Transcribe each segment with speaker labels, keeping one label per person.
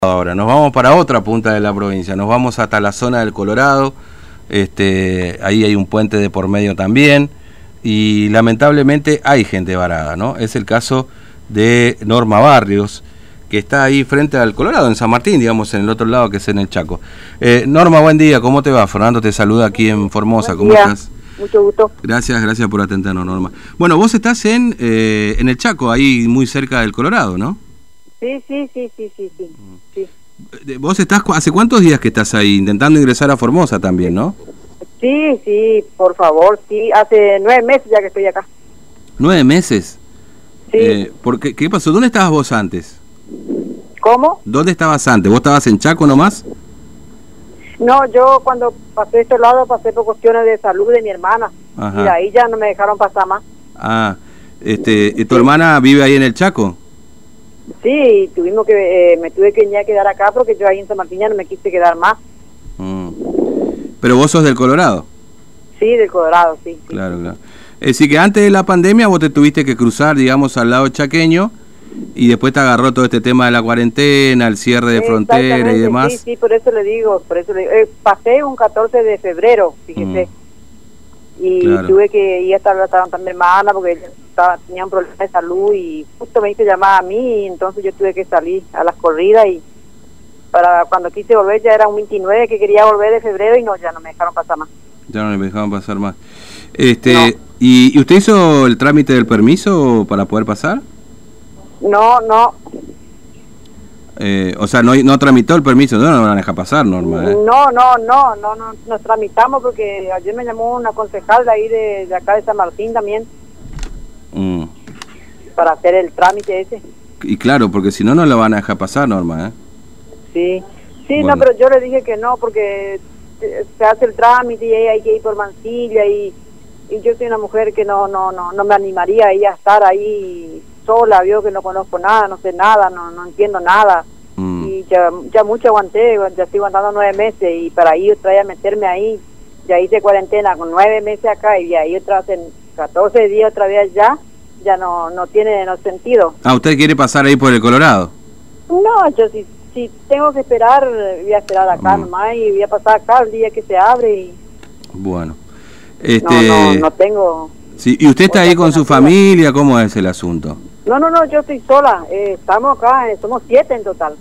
Speaker 1: Ahora nos vamos para otra punta de la provincia, nos vamos hasta la zona del Colorado, ahí hay un puente de por medio también, y lamentablemente hay gente varada, ¿no? Es el caso de Norma Barrios, que está ahí frente al Colorado, en San Martín, digamos, en el otro lado, que es en el Chaco. Norma, buen día, ¿cómo te va? Fernando te saluda aquí en Formosa, ¿cómo estás?
Speaker 2: Mucho gusto.
Speaker 1: Gracias por atendernos, Norma. Bueno, vos estás en el Chaco, ahí muy cerca del Colorado, ¿no?
Speaker 2: Sí.
Speaker 1: Vos estás, ¿hace cuántos días que estás ahí intentando ingresar a Formosa también, no?
Speaker 2: Sí, por favor, sí, hace 9 meses ya que estoy acá.
Speaker 1: ¿9 meses?
Speaker 2: Sí.
Speaker 1: ¿Qué pasó? ¿Dónde estabas vos antes?
Speaker 2: ¿Cómo?
Speaker 1: ¿Dónde estabas antes? ¿Vos estabas en Chaco nomás?
Speaker 2: No, yo cuando pasé a este lado pasé por cuestiones de salud de mi hermana.
Speaker 1: Ajá.
Speaker 2: Y de ahí ya no me dejaron pasar más.
Speaker 1: Ah, ¿tu hermana vive ahí en el Chaco?
Speaker 2: Sí, me tuve que venir a quedar acá porque yo ahí en San Martín ya no me quise quedar más.
Speaker 1: ¿Pero vos sos del Colorado?
Speaker 2: Sí, del Colorado, sí.
Speaker 1: Claro. Es decir, que antes de la pandemia vos te tuviste que cruzar, digamos, al lado chaqueño, y después te agarró todo este tema de la cuarentena, el cierre de frontera y demás.
Speaker 2: Sí, por eso le digo. Pasé un 14 de febrero, fíjese. Y
Speaker 1: claro.
Speaker 2: Tuve que ir a estar también mi hermana porque ella tenía un problema de salud y justo me hizo llamar a mí, y entonces yo tuve que salir a las corridas, y para cuando quise volver ya era un 29 que quería volver de febrero y ya no me dejaron pasar más.
Speaker 1: Ya no me dejaron pasar más.
Speaker 2: No.
Speaker 1: ¿Y usted hizo el trámite del permiso para poder pasar?
Speaker 2: No.
Speaker 1: O sea, no tramitó el permiso, no me van a dejar pasar, Norma.
Speaker 2: No, nos tramitamos porque ayer me llamó una concejal de ahí de acá de San Martín también para hacer el trámite ese.
Speaker 1: Y claro, porque si no, no la van a dejar pasar, Norma,
Speaker 2: Sí,
Speaker 1: bueno.
Speaker 2: No, pero yo le dije que no, porque se hace el trámite y ahí hay que ir por Mansilla, y yo soy una mujer que no me animaría a ir a estar ahí sola, vio que no conozco nada, no sé nada, no entiendo nada. Y ya mucho aguanté, ya estoy aguantando 9 meses, y para ir otra vez a meterme ahí, ya hice cuarentena con 9 meses acá, y de ahí otra vez en 14 días otra vez allá, ya no tiene sentido.
Speaker 1: Ah, ¿usted quiere pasar ahí por el Colorado?
Speaker 2: No, yo si tengo que esperar, voy a esperar acá nomás, y voy a pasar acá el día que se abre. Y
Speaker 1: bueno,
Speaker 2: no tengo.
Speaker 1: Sí, ¿y usted está ahí con su familia? ¿Cómo es el asunto?
Speaker 2: No, yo estoy sola. Estamos acá, somos 7 en total.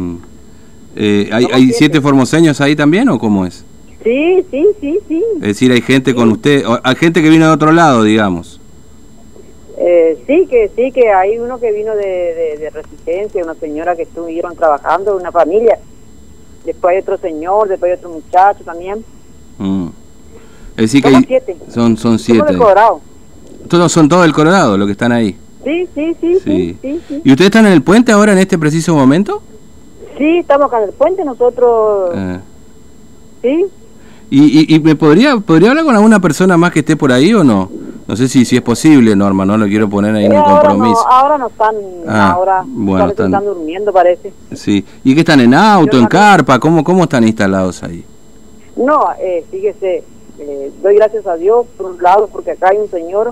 Speaker 1: ¿Hay 7 formoseños ahí también o cómo es?
Speaker 2: Sí.
Speaker 1: Es decir, hay gente con usted, hay gente que vino de otro lado, digamos.
Speaker 2: Sí, que hay uno que vino de Resistencia, una señora que estuvieron trabajando, una familia. Después hay otro señor, después hay otro muchacho también.
Speaker 1: Es decir,
Speaker 2: somos
Speaker 1: que
Speaker 2: 7.
Speaker 1: Son 7.
Speaker 2: Somos del Colorado.
Speaker 1: Todos son del Colorado los que están ahí.
Speaker 2: Sí.
Speaker 1: ¿Y ustedes están en el puente ahora en este preciso momento?
Speaker 2: Sí, estamos acá en el puente nosotros. Sí.
Speaker 1: ¿Y me podría hablar con alguna persona más que esté por ahí o no? No sé si es posible, Norma, no lo quiero poner ahí en un compromiso.
Speaker 2: Ahora no están, están durmiendo, parece.
Speaker 1: Sí. ¿Y qué están en auto, en carpa? ¿Cómo están instalados ahí?
Speaker 2: No, fíjese, doy gracias a Dios por un lado, porque acá hay un señor,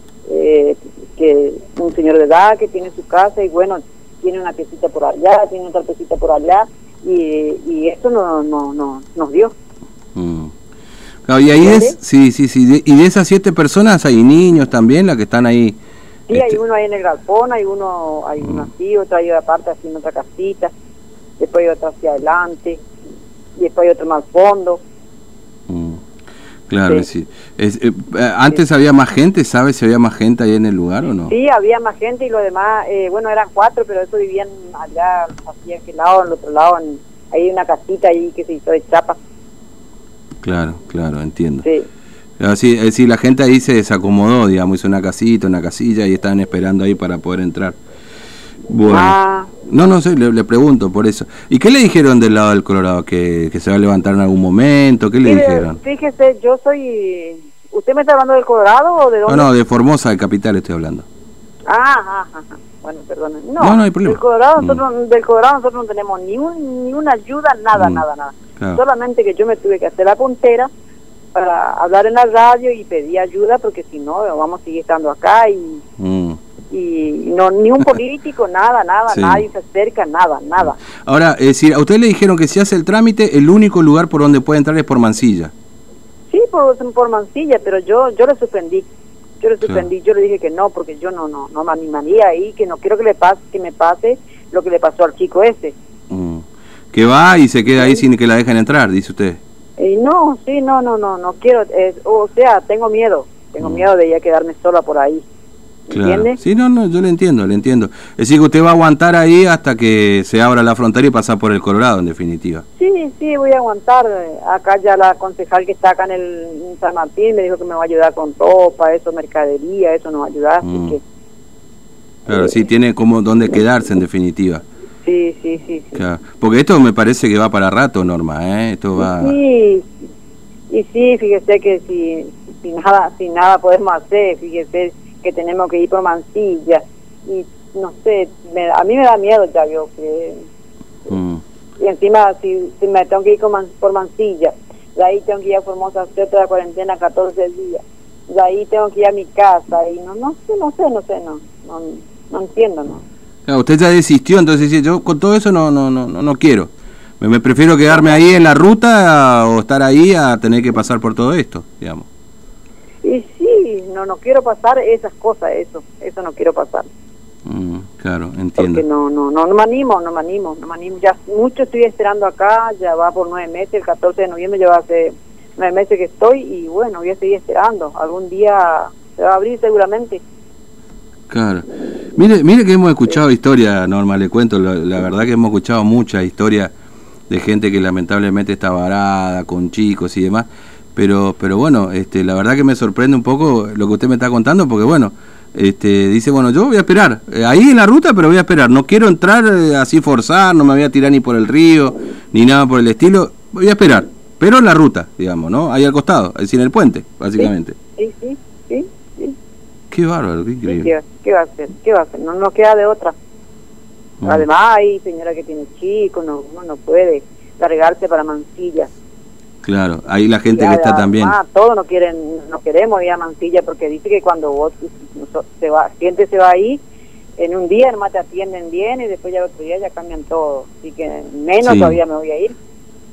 Speaker 2: un señor de edad que tiene su casa, y bueno, tiene una piecita por allá, tiene otra piecita por allá, y esto nos dio.
Speaker 1: Claro, y ahí sí. Y de esas 7 personas hay niños también, las que están ahí.
Speaker 2: Sí, hay uno ahí en el galpón, hay uno así, otro ahí aparte haciendo otra casita, después hay otro hacia adelante, y después hay otro más al fondo.
Speaker 1: Claro, sí. Antes había más gente, ¿sabes si había más gente ahí en el lugar o no?
Speaker 2: Sí, había más gente, y lo demás, eran 4, pero eso vivían allá, hacia aquel lado, al otro lado, ahí hay una casita ahí que se hizo de chapa.
Speaker 1: Claro, entiendo.
Speaker 2: Sí.
Speaker 1: Así, es decir, la gente ahí se desacomodó, digamos, hizo una casita, una casilla, y estaban esperando ahí para poder entrar. Bueno. No sé, le pregunto por eso. ¿Y qué le dijeron del lado del Colorado? ¿Que se va a levantar en algún momento? ¿Qué le dijeron?
Speaker 2: Fíjese, yo soy... ¿Usted me está hablando del Colorado o de dónde?
Speaker 1: No, de Formosa, de Capital estoy hablando.
Speaker 2: Bueno, perdón.
Speaker 1: No hay problema.
Speaker 2: Del Colorado nosotros no tenemos ni una ayuda, nada.
Speaker 1: Claro.
Speaker 2: Solamente que yo me tuve que hacer la puntera para hablar en la radio y pedir ayuda, porque si no, vamos a seguir estando acá, y y no, ni un político, nada,
Speaker 1: Sí.
Speaker 2: nadie se acerca, nada.
Speaker 1: Ahora, si a usted le dijeron que si hace el trámite, el único lugar por donde puede entrar es por Mansilla.
Speaker 2: Sí, por Mansilla, pero yo le suspendí. Yo le dije que no, porque yo no me animaría ahí, que no quiero que me pase lo que le pasó al chico ese.
Speaker 1: Que va y se queda ahí sin que la dejen entrar, dice usted.
Speaker 2: No quiero, o sea, tengo miedo de ya quedarme sola por ahí.
Speaker 1: Claro.
Speaker 2: ¿Entiendes?
Speaker 1: Sí, no, yo le entiendo. Es decir, que usted va a aguantar ahí hasta que se abra la frontera y pasar por el Colorado, en definitiva.
Speaker 2: Sí, voy a aguantar. Acá ya la concejal que está acá en San Martín me dijo que me va a ayudar con ropa, eso, mercadería, eso nos va a ayudar. Así que,
Speaker 1: claro, sí, tiene como dónde quedarse, en definitiva.
Speaker 2: Sí.
Speaker 1: Claro. Porque esto me parece que va para rato, Norma, ¿eh? Esto va...
Speaker 2: Sí, y sí, fíjese que si nada podemos hacer, fíjese que tenemos que ir por Mansilla y no sé, a mí me da miedo ya yo que y encima si me tengo que ir por Mansilla, de ahí tengo que ir a Formosa, hacer otra cuarentena 14 días, de ahí tengo que ir a mi casa y no entiendo, ¿no?
Speaker 1: Claro, usted ya desistió, entonces dice, yo con todo eso no quiero. Me prefiero quedarme ahí en la ruta o estar ahí a tener que pasar por todo esto, digamos.
Speaker 2: Y sí, no quiero pasar esas cosas, eso no quiero pasar.
Speaker 1: Claro, entiendo.
Speaker 2: Porque no me animo, ya mucho estoy esperando acá, ya va por 9 meses, el 14 de noviembre ya va a ser 9 meses que estoy y bueno, voy a seguir esperando, algún día se va a abrir seguramente.
Speaker 1: Claro. Mire que hemos escuchado historias, Norma, le cuento, la verdad que hemos escuchado muchas historias de gente que lamentablemente está varada, con chicos y demás, pero bueno, la verdad que me sorprende un poco lo que usted me está contando, porque bueno, dice, bueno, yo voy a esperar, ahí en la ruta, pero voy a esperar, no quiero entrar así forzar, no me voy a tirar ni por el río, ni nada por el estilo, voy a esperar, pero en la ruta, digamos, ¿no? Ahí al costado, es decir, en el puente, básicamente.
Speaker 2: Sí.
Speaker 1: Qué bárbaro, qué increíble.
Speaker 2: ¿Qué va a hacer? No nos queda de otra. Además hay señora que tiene chicos, uno no puede largarse para Mansilla.
Speaker 1: Claro, ahí la gente que está también.
Speaker 2: Todos no queremos ir a Mansilla porque dice que cuando vos gente se va ahí, en un día nomás te atienden bien y después ya otro día ya cambian todo. Así que menos todavía me voy a ir.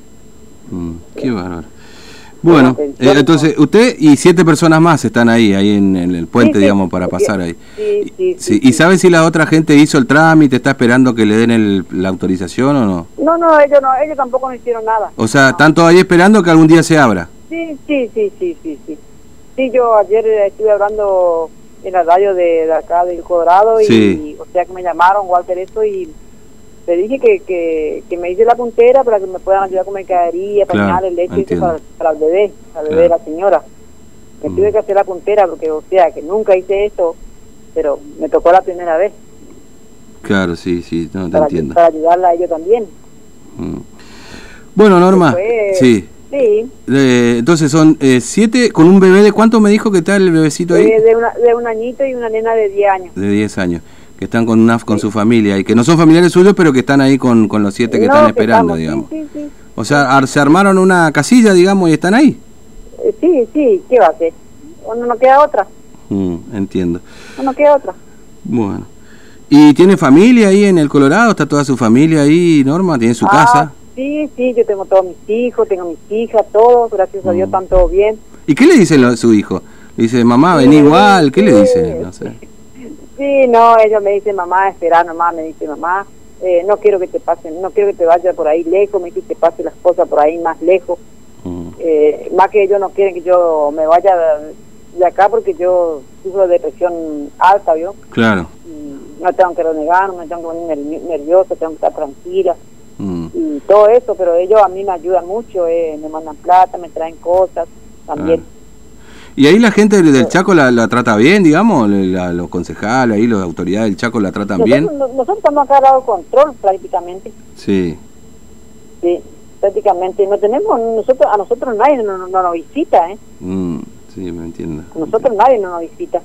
Speaker 1: Qué bárbaro. Bueno, entonces usted y 7 personas más están ahí en el puente, digamos, para pasar ahí. Sí. ¿Y sabe si la otra gente hizo el trámite, está esperando que le den la autorización o no?
Speaker 2: No, ellos tampoco me hicieron nada.
Speaker 1: O sea, ¿están todavía esperando que algún día se abra?
Speaker 2: Sí. Sí, yo ayer estuve hablando en la radio de acá del Colorado y o sea que me llamaron, Walter, y le dije que me hice la puntera para que me puedan ayudar con mercadería, pañales, leche para el bebé, de la señora. Me tuve que hacer la puntera porque, o sea, que nunca hice eso, pero me tocó la primera vez.
Speaker 1: Claro, sí, no te entiendo.
Speaker 2: Para ayudarla a ellos también.
Speaker 1: Bueno, Norma,
Speaker 2: Sí.
Speaker 1: Entonces son 7, con un bebé de ¿cuánto me dijo que está el bebecito ahí?
Speaker 2: De un añito y una nena de 10 años.
Speaker 1: De 10 años. Que están con su familia y que no son familiares suyos, pero que están ahí con los 7 que están esperando, digamos.
Speaker 2: Sí.
Speaker 1: O sea, se armaron una casilla, digamos, y están ahí.
Speaker 2: Sí, ¿qué va a hacer? No queda otra.
Speaker 1: Entiendo.
Speaker 2: No queda otra.
Speaker 1: Bueno. ¿Y tiene familia ahí en el Colorado? ¿Está toda su familia ahí, Norma? ¿Tiene su casa?
Speaker 2: Sí, yo tengo todos mis hijos, tengo mis hijas, todos, gracias a Dios, están todos bien.
Speaker 1: ¿Y qué le dice su hijo? Le dice, mamá, vení igual, ¿qué le dice? No sé.
Speaker 2: Sí, no, ellos me dicen, mamá, espera nomás, me dice, mamá, no quiero que te pasen, no quiero que te vayas por ahí lejos, me dice que te pasen las cosas por ahí más lejos. Más que ellos no quieren que yo me vaya de acá porque yo sufro de depresión alta, ¿vio?
Speaker 1: Claro.
Speaker 2: Y no tengo que renegar, no me tengo que poner nerviosa, tengo que estar tranquila y todo eso, pero ellos a mí me ayudan mucho, me mandan plata, me traen cosas también.
Speaker 1: ¿Y ahí la gente del Chaco la trata bien, digamos? Los concejales, ahí las autoridades del Chaco la tratan bien.
Speaker 2: Nosotros estamos acá bajo control prácticamente.
Speaker 1: Sí,
Speaker 2: prácticamente. No tenemos, a nosotros nadie nos visita, ¿eh?
Speaker 1: Sí, me entiendo.
Speaker 2: A nosotros nadie nos visita.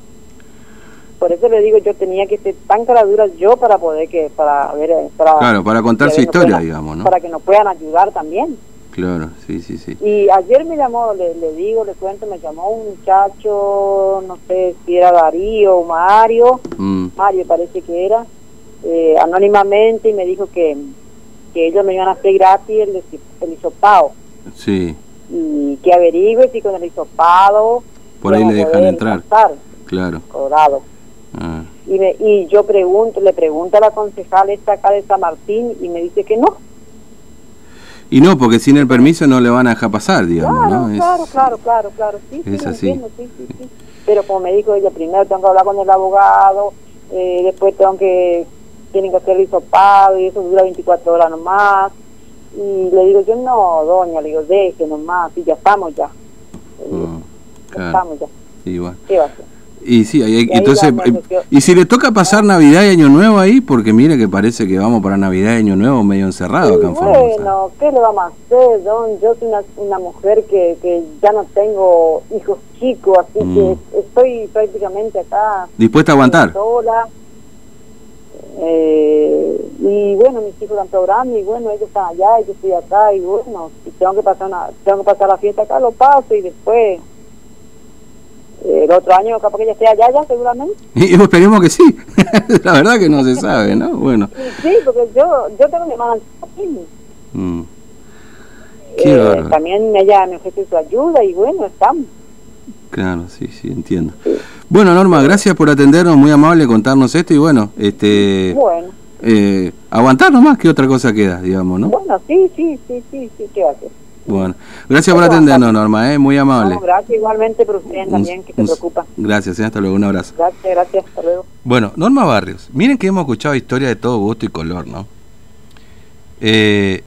Speaker 2: Por eso le digo, yo tenía que ser tan caradura yo para contar su historia, digamos, ¿no? Para que nos puedan ayudar también.
Speaker 1: Claro, sí, sí, sí.
Speaker 2: Y ayer me llamó, le cuento, me llamó un muchacho, no sé si era Darío o Mario, Mario parece que era, anónimamente, y me dijo que ellos me iban a hacer gratis el hisopado.
Speaker 1: Sí.
Speaker 2: Y que averigüe si con el hisopado
Speaker 1: por ahí le dejan entrar. Claro.
Speaker 2: Colorado.
Speaker 1: Ah.
Speaker 2: Y yo le pregunto a la concejal esta acá de San Martín y me dice que no.
Speaker 1: Y no, porque sin el permiso no le van a dejar pasar, digamos,
Speaker 2: claro,
Speaker 1: ¿no?
Speaker 2: Claro. Sí,
Speaker 1: es
Speaker 2: sí,
Speaker 1: así.
Speaker 2: Entiendo, sí. Pero como me dijo ella, primero tengo que hablar con el abogado, después tienen que hacer el hisopado y eso dura 24 horas nomás. Y le digo yo, no, doña, le digo, deje nomás, y ya estamos ya.
Speaker 1: Claro.
Speaker 2: Ya estamos ya.
Speaker 1: Sí, bueno.
Speaker 2: ¿Qué va a hacer?
Speaker 1: Y sí, entonces, y si le toca pasar Navidad y Año Nuevo ahí, porque mire que parece que vamos para Navidad y Año Nuevo medio encerrado acá en Formosa.
Speaker 2: Bueno, ¿qué le vamos a hacer, don? Yo soy una mujer que ya no tengo hijos chicos, así que estoy prácticamente acá.
Speaker 1: ¿Dispuesta a aguantar?
Speaker 2: Sola. Y bueno, mis hijos están grandes y bueno, ellos están allá y yo estoy acá y bueno, si tengo que pasar la fiesta acá, lo paso y después el otro año capaz que ya esté allá ya seguramente.
Speaker 1: Y esperemos que sí. La verdad que no se sabe, ¿no? Bueno.
Speaker 2: Sí, porque yo tengo mi hermana aquí. También ella me ofrece su ayuda y bueno, estamos.
Speaker 1: Claro, sí, entiendo. Sí. Bueno, Norma, gracias por atendernos, muy amable contarnos esto y bueno,
Speaker 2: bueno.
Speaker 1: Aguantar nomás, ¿qué otra cosa queda, digamos, no?
Speaker 2: Bueno, sí, ¿qué va a hacer?
Speaker 1: Bueno, gracias por atendernos, Norma, muy amable.
Speaker 2: No, gracias igualmente por ustedes también, que se preocupan.
Speaker 1: Gracias, hasta luego, un abrazo.
Speaker 2: Gracias, hasta luego.
Speaker 1: Bueno, Norma Barrios, miren que hemos escuchado historias de todo gusto y color, ¿no?